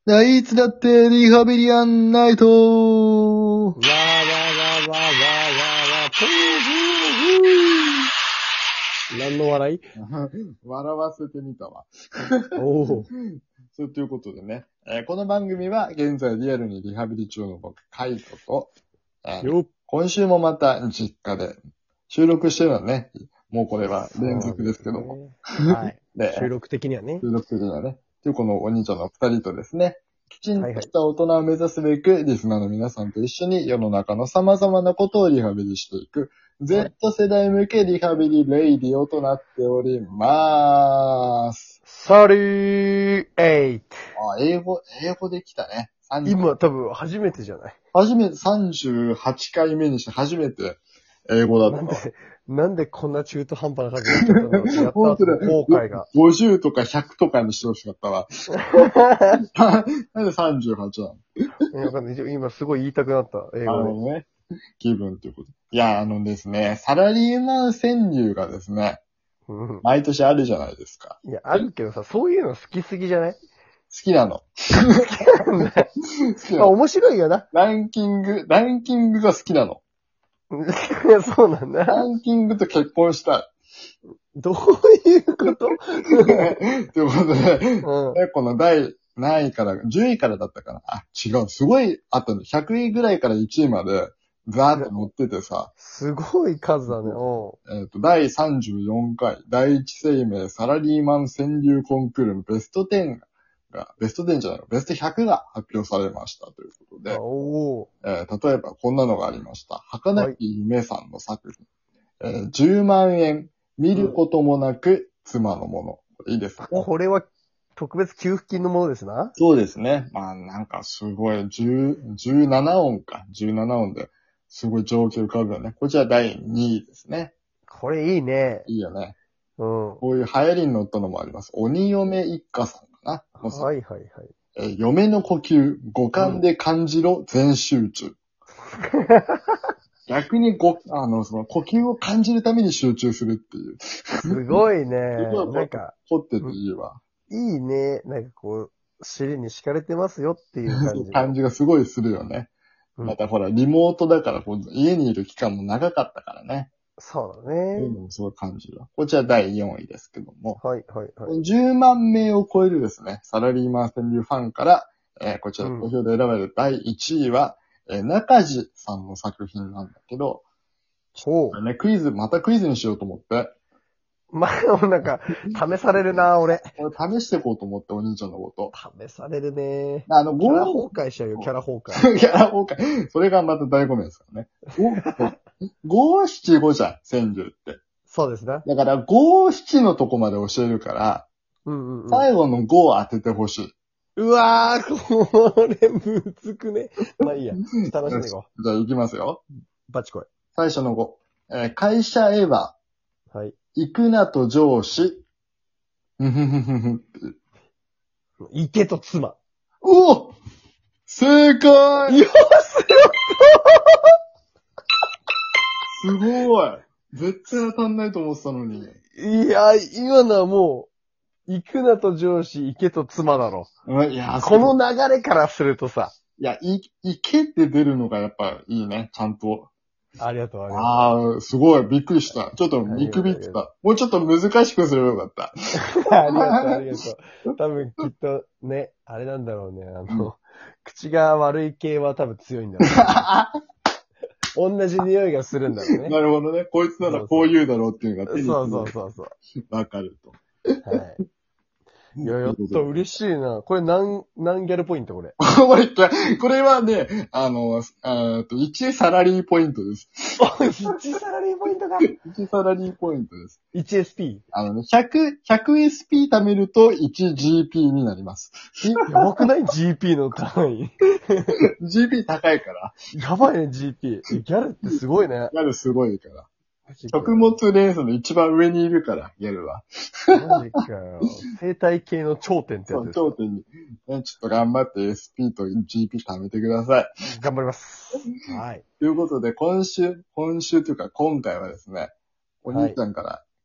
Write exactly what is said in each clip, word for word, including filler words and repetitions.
いつだってリハビリアンナイトわーわーわーわーわーわーわーわー、ポーズー何の笑い笑わせてみたわ。 おお。 そうということでね、えーこの番組は現在リアルにリハビリ中の僕、カイトと、えーよっ。 今週もまた実家で収録してるのはね、もうこれは連続ですけども。 はい。 で収録的にはね。 収録的にはね。というこのお兄ちゃんの二人とですね、きちんはいはいとした大人を目指すべく、リスナーの皆さんと一緒に世の中の様々なことをリハビリしていく、Z 世代向けリハビリレイディオとなっておりまーす。 サリーエイト。 あ、英語、英語できたね。さんじゅう今多分初めてじゃない初めて、さんじゅうはちかいめにして初めて英語だった。 なんで、なんでこんな中途半端な感じになっちゃったんだろう。やった本当だ後悔が。 ごじゅうとかひゃくとかにしてほしかったわ。なんでさんじゅうはちなのいやわかんない今すごい言いたくなった。英あ語で。 のね、気分ということ。いや、あのですね、サラリーマン川柳がですね、 うん毎年あるじゃないですか。 いや、あるけどさ、そういうの好きすぎじゃない好きなの。好きなあ、 の。 面白いよな。 ランキング、ランキングが好きなの。 いや、そうなんだ。 ランキングと結婚したい。 どういうことということで、 うん。 ね、この第何位から、じゅういからだったかな。あ、違う。すごいあったの。ひゃくいぐらいからいちいまで、ザーッと載っててさ、 すごい数だね。うえっ、と、だいさんじゅうよんかい、第一生命サラリーマン川柳コンクールのベストじゅうが、ベストじゅうじゃないの、ベストひゃくが発表されましたということん。 で、 おえー例えばこんなのがありました。儚き夢さんの作品。えーじゅうまんえん、見ることもなく、妻のもの。これいいですか、 ー。これは特別給付金のものですな。 そうですね。まあなんかすごい、じゅう、じゅうななおんか。じゅうななおんで、すごい情景浮かぶよね。こちらだいにいですね。 これいいね。 いいよね。 うん。 こういう流行りに乗ったのもあります。鬼嫁一家さんかな。 はいはいはい。 えー嫁の呼吸、五感で感じろ、全集中。逆にご、あの、その呼吸を感じるために集中するっていう。 すごいね。 すごいなんか、 凝ってていいわ。 いいね。なんかこう、尻に敷かれてますよっていう感じ。 感じがすごいするよね。 うんまたほら、リモートだからこう、家にいる期間も長かったからね。 そうだそういうね。 のもすごい感じるわ。こちらだいよんいですけども。 はいはいはい。 じゅうまんめいを超えるですね、サラリーマン川柳ファンから、えーこちらうん投票で選ばれるだいいちいは、えー中地さんの作品なんだけど、 ほう。 ね、クイズ、またクイズにしようと思って、 まあ、なんか、試されるな、俺。 これ試していこうと思って、お兄ちゃんのこと。 試されるね。 あの、 キャラご崩壊しちゃうよ、キャラ崩壊。 キャラ崩壊。それがまた醍醐味ですからね。ご、七、五じゃん、川柳って。 そうですね。 だから、ご、七のとこまで教えるから、 うんうんうん。 最後のごを当ててほしい。 うわー、これ、むずくね。まあいいや。楽しんでいこじゃあ、行きますよ。 う。バチコイ。 最初のご。えー会社へは、 はい。 行くなと上司。ふふふふふっていう。 池と妻。 お正解よすごい絶対当たんないと思ってたのに。 いや、今のはもう、行くなと上司、池と妻だろ。 うんいや、 この流れからするとさ。 いや、い、いけって出るのがやっぱいいね、ちゃんと。 ありがとう、ありがとう。 ああ、すごい、びっくりした。ちょっと見くびってた。もうちょっと難しくすればよかった。 ありがとう、ありがとう。多分きっとね、あれなんだろうね。あの、口が悪い系は多分強いんだろう、ね。同じ匂いがするんだろうね。 なるほどね。こいつならこう言うだろうっていうのが手にそうそうそうそう。 わかると。 はい。いや、やった、嬉しいな。これ何、何ギャルポイントこれ。 これ、これはね、あの、あといちサラリーポイントです。 いちサラリーポイントが。 いちサラリーポイントです。 いちエスピー。 あのね、ひゃく、ひゃくエスピー 貯めると いちジーピー になります。 やばくない ジーピー の単位。 ジーピー 高いから。 やばいね、ジーピー。ギャルってすごいね。 ギャルすごいから。食物連鎖の一番上にいるから、ギャルは。 マジかよ。生態系の頂点ってやつです。 頂点に、ね。ちょっと頑張って エスピー と ジーピー 貯めてください。 頑張ります。はい。 ということで、今週、今週というか今回はですね、お兄ちゃんから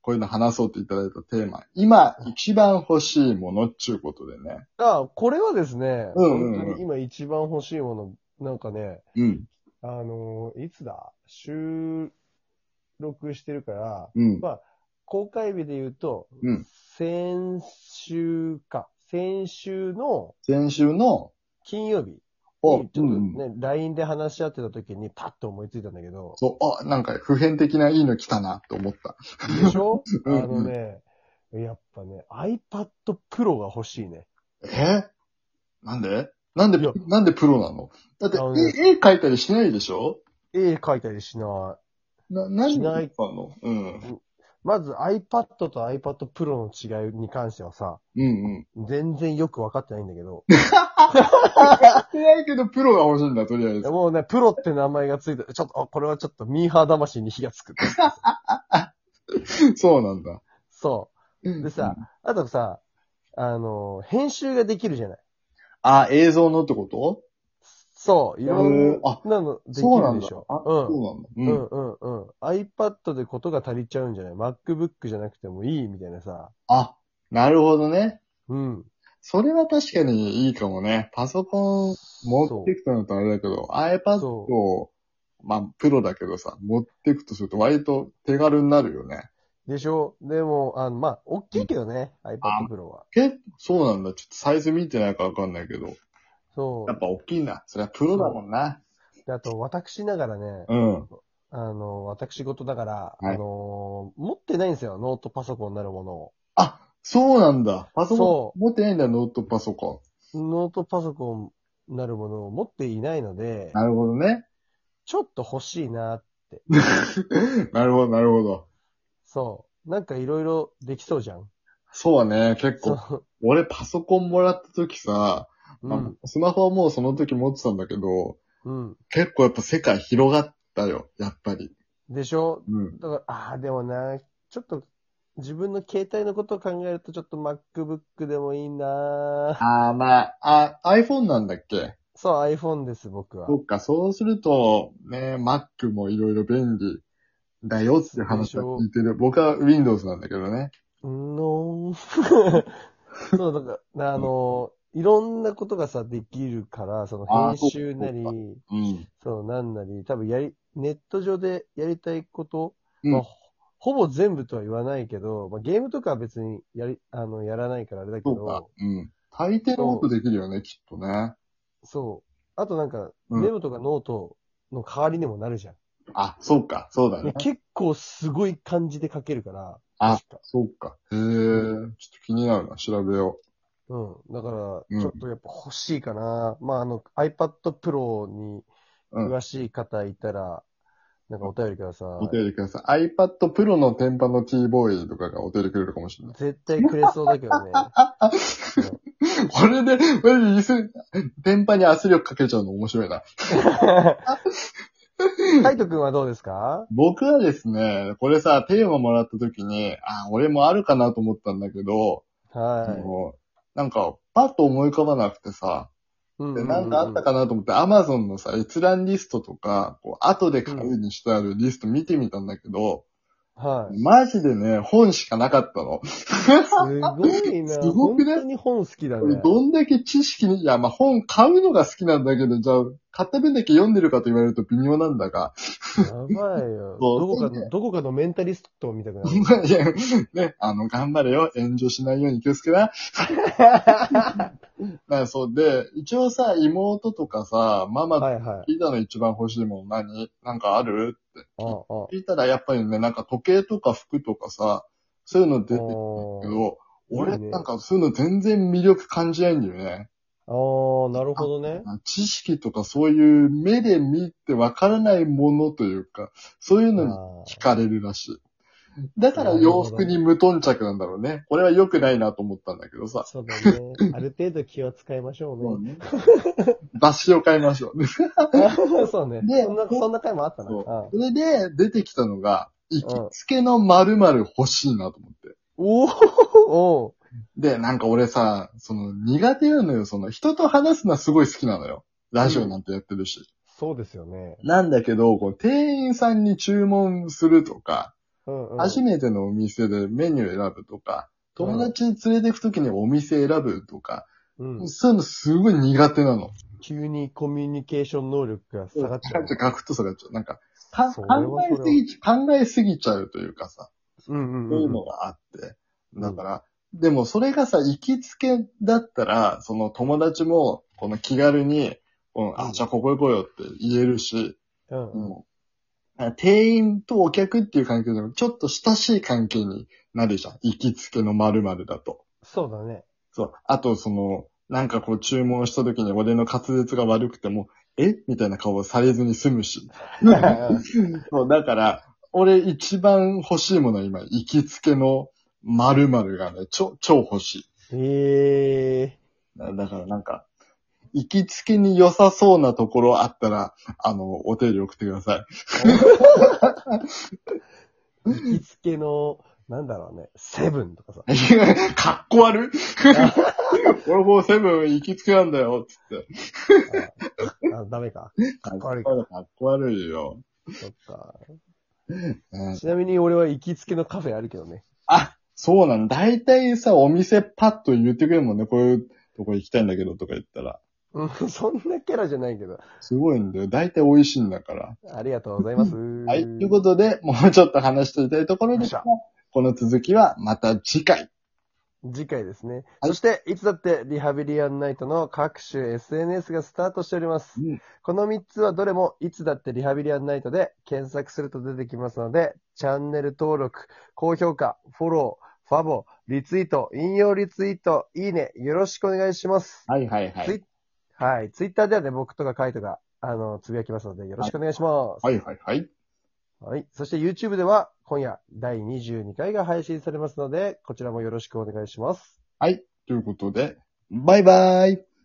こういうの話そうっていただいたテーマ。今一番欲しいものっちゅうことでね。 あ、これはですね、 うんうんうん本当に今一番欲しいもの、なんかね、 うん。 あのーいつだ収録してるから、 うん。 まあ、公開日で言うと、 うん。 先週か。先週の先週の、 金曜日お、 に、ちょっとうんうん。 ね、ライン で話し合ってた時にパッと思いついたんだけど、 そう、あ、なんか普遍的ないいの来たなって思った。 でしょうんあのうん。 ね、やっぱね、iPad Pro が欲しいね。 えなんでなんでいや、、 なんでプロなの？だってあのね、 絵、絵描いたりしないでしょ？ 絵描いたりしなな、 い。 何でしない。 あんの？うん。 まず iPad と iPad Pro の違いに関してはさ、 うんうん。 全然よくわかってないんだけど、 してないけど、プロが欲しいんだ、とりあえず。 もうね、プロって名前がついて、ちょっと、あこれはちょっとミーハー魂に火がつく。 そうなんだ。 そう。でさ、あとさ、あの、編集ができるじゃない。 あ、映像のってこと？ そう、いろんあ、 なのできそうなんだ。 るでしょ。 あ、 うん。 そうなんだ。ううんんうんうん。iPad でことが足りちゃうんじゃない ?MacBook じゃなくてもいいみたいなさ。 あ、なるほどね。 うん。 それは確かにいいかもね。パソコン持っそう。 てきたのとあれだけど、iPad そを、まあ、プロだけどさ、持ってくとすると割と手軽になるよね。 う。でしょでも、あの、まあ、大きうんいけどね、iPad あ Pro は。 けそうなんだ。ちょっとサイズ見てないからわかんないけど。 そやっぱ大きいんだ。それはプロだもんな。 う。で、あと、私ながらね、 うん。 あの、私事だから、 はいあの、持ってないんですよ、ノートパソコンなるものを。 あ、そうなんだ。パソコそン持ってないんだ、ノートパソコう。ノートパソコンなるものを持っていないのでン。、なるほどね。 ちょっと欲しいなって。 なるほど、なるほど。 そう。なんかいろいろできそうじゃん。 そうね、結構。 そ俺パソコンもらった時さ、 う。うまあん。 スマホはもうその時持ってたんだけど、 うん。 結構やっぱ世界広がったよ、やっぱり。 でしょうん。 だから、ああ、でもな、ちょっと、自分の携帯のことを考えると、ちょっと MacBook でもいいな。 ああ、まあ、あ、iPhone なんだっけ？ そう、iPhone です、僕は。 そっか、そうすると、ね、Mac もいろいろ便利だよっていうで話はしょ聞いてる。僕は Windows なんだけどね。 のーそう、だから、あの、いろんなことがさ、できるから、そのああ、 編そう集なり、 か。うん。 そう、なんなり、多分やり、ネット上でやりたいこと、 うんまあ、ほほぼ全部とは言わないけど、まあ、ゲームとかは別にやり、あの、やらないからあれだけそうか。 ど、 うん。大抵のことできるよね、きっとね。 そう。あとなんか、 うんメモとかノートの代わりにもなるじゃん。 あ、そうか、そうだいや、 ね。 結構すごい感じで書けるから、 あ確か。、 そうか。へえ、ちょっと気になるな、調べようん。だから、 うんちょっとやっぱ欲しいかな。まあ、あの、iPad Pro にう。うん。 詳しい方いたら、なんかお便りくださおい。 便りください。iPad Pro の天パの T ボーイとかがお便りくれるかもしれない。 絶対くれそうだけどね。 これで、これで椅子、天パに圧力かけちゃうの面白いな。 カイト君はどうですか？ 僕はですね、これさ、テーマもらった時に、あ、俺もあるかなと思ったんだけど、 はもうなんか、パッと思い浮かばなくてさ、 い。うんで、 うんなんかあったかなと思って、アマゾンのさ、閲覧リストとか、こう、後で買うにしてあるリスト見てみたんだけど、 はい。 マジでね、本しかなかったの。 すごいな。 すごくね本当に本好きだ俺ね。 どんだけ知識に、いや、まあ、本買うのが好きなんだけど、じゃあ、買った分だけ読んでるかと言われると微妙なんだが。 やばいよ。 そうどこかそれの、どこかのメンタリストを見たくなる。 いや、ね、あの、頑張れよ。炎上しないように気をつけな。まあ、そうで、一応さ、妹とかさ、ママはいはい。 聞いたの一番欲しいもん何なんかあるってああ、 聞いたらやっぱりね、なんか時計とか服とかさ、そういうの出てくるんだけおーど、俺いいねなんかそういうの全然魅力感じないんだよね。 ああ、なるほどね。 知識とかそういう目で見てわからないものというか、そういうのに惹かれるらしい。だから洋服に無頓着なんだろうね。これは良くないなと思ったんだけどさ。 そうだね。ある程度気を使いましょうね。 ね。雑誌を買いましょう。 そうね。 でそんな、そんな回もあったな。 そうああそれで出てきたのが、行きつけの〇〇欲しいなと思って。 おーおで、なんか俺さ、その苦手なのよ。その人と話すのはすごい好きなのよ。ラジオなんてやってるし。 そうですよね。 なんだけど、こう店員さんに注文するとか、 うんうん、 初めてのお店でメニュー選ぶとか、友達に連れて行くときにお店選ぶとか、うん、そういうのすごい苦手なの。 急にコミュニケーション能力が下がっちゃう。 ガクッと下がっちゃう。なんか、か考えすぎ、考えすぎちゃうというかさ、 うんうんうん、 そういうのがあって。だから、うん、でもそれがさ、行きつけだったら、その友達も、この気軽に、うん、あ、じゃあここ行こうよって言えるし、うんうん、店員とお客っていう関係でも、ちょっと親しい関係になるじゃん。行きつけの〇〇だと。 そうだね。 そう。あと、その、なんかこう注文した時に俺の滑舌が悪くても、えみたいな顔をされずに済むし。そう、だから、俺一番欲しいものは今、行きつけの〇〇がね、超、超欲しい。 へー。だからなんか、行きつけに良さそうなところあったら、あの、お手入れ送ってください。 行きつけの、なんだろうね、セブンとかさ。 かっこ悪い俺もうセブン行きつけなんだよ、つってああ。ダメか。かっこ悪いか。 かっこ悪いよ。 そっか。ちなみに俺は行きつけのカフェあるけどね。 あ、そうなの。だいたいさ、お店パッと言ってくれるもんね。こういうとこ行きたいんだけどとか言ったら。 うん、そんなキャラじゃないけど。 すごいんだよ。だいたい美味しいんだから。 ありがとうございます。 はい。ということで、もうちょっと話していたいところでした。この続きはまた次回。 次回ですね。 はい、 そして、いつだってリハビリアンナイトの各種 エスエヌエス がスタートしております。うん、このみっつはどれもいつだってリハビリアンナイトで検索すると出てきますので、チャンネル登録、高評価、フォロー、ファボ、リツイート、引用リツイート、いいね、よろしくお願いします。 はいはいはい。 はい。ツイッターではね、僕とかカイトが、あの、つぶやきますので、よろしくお願いします。 はいはいはい。 はい。そして YouTube では、今夜だいにじゅうにかいが配信されますので、こちらもよろしくお願いします。 はい。ということで、バイバーイ。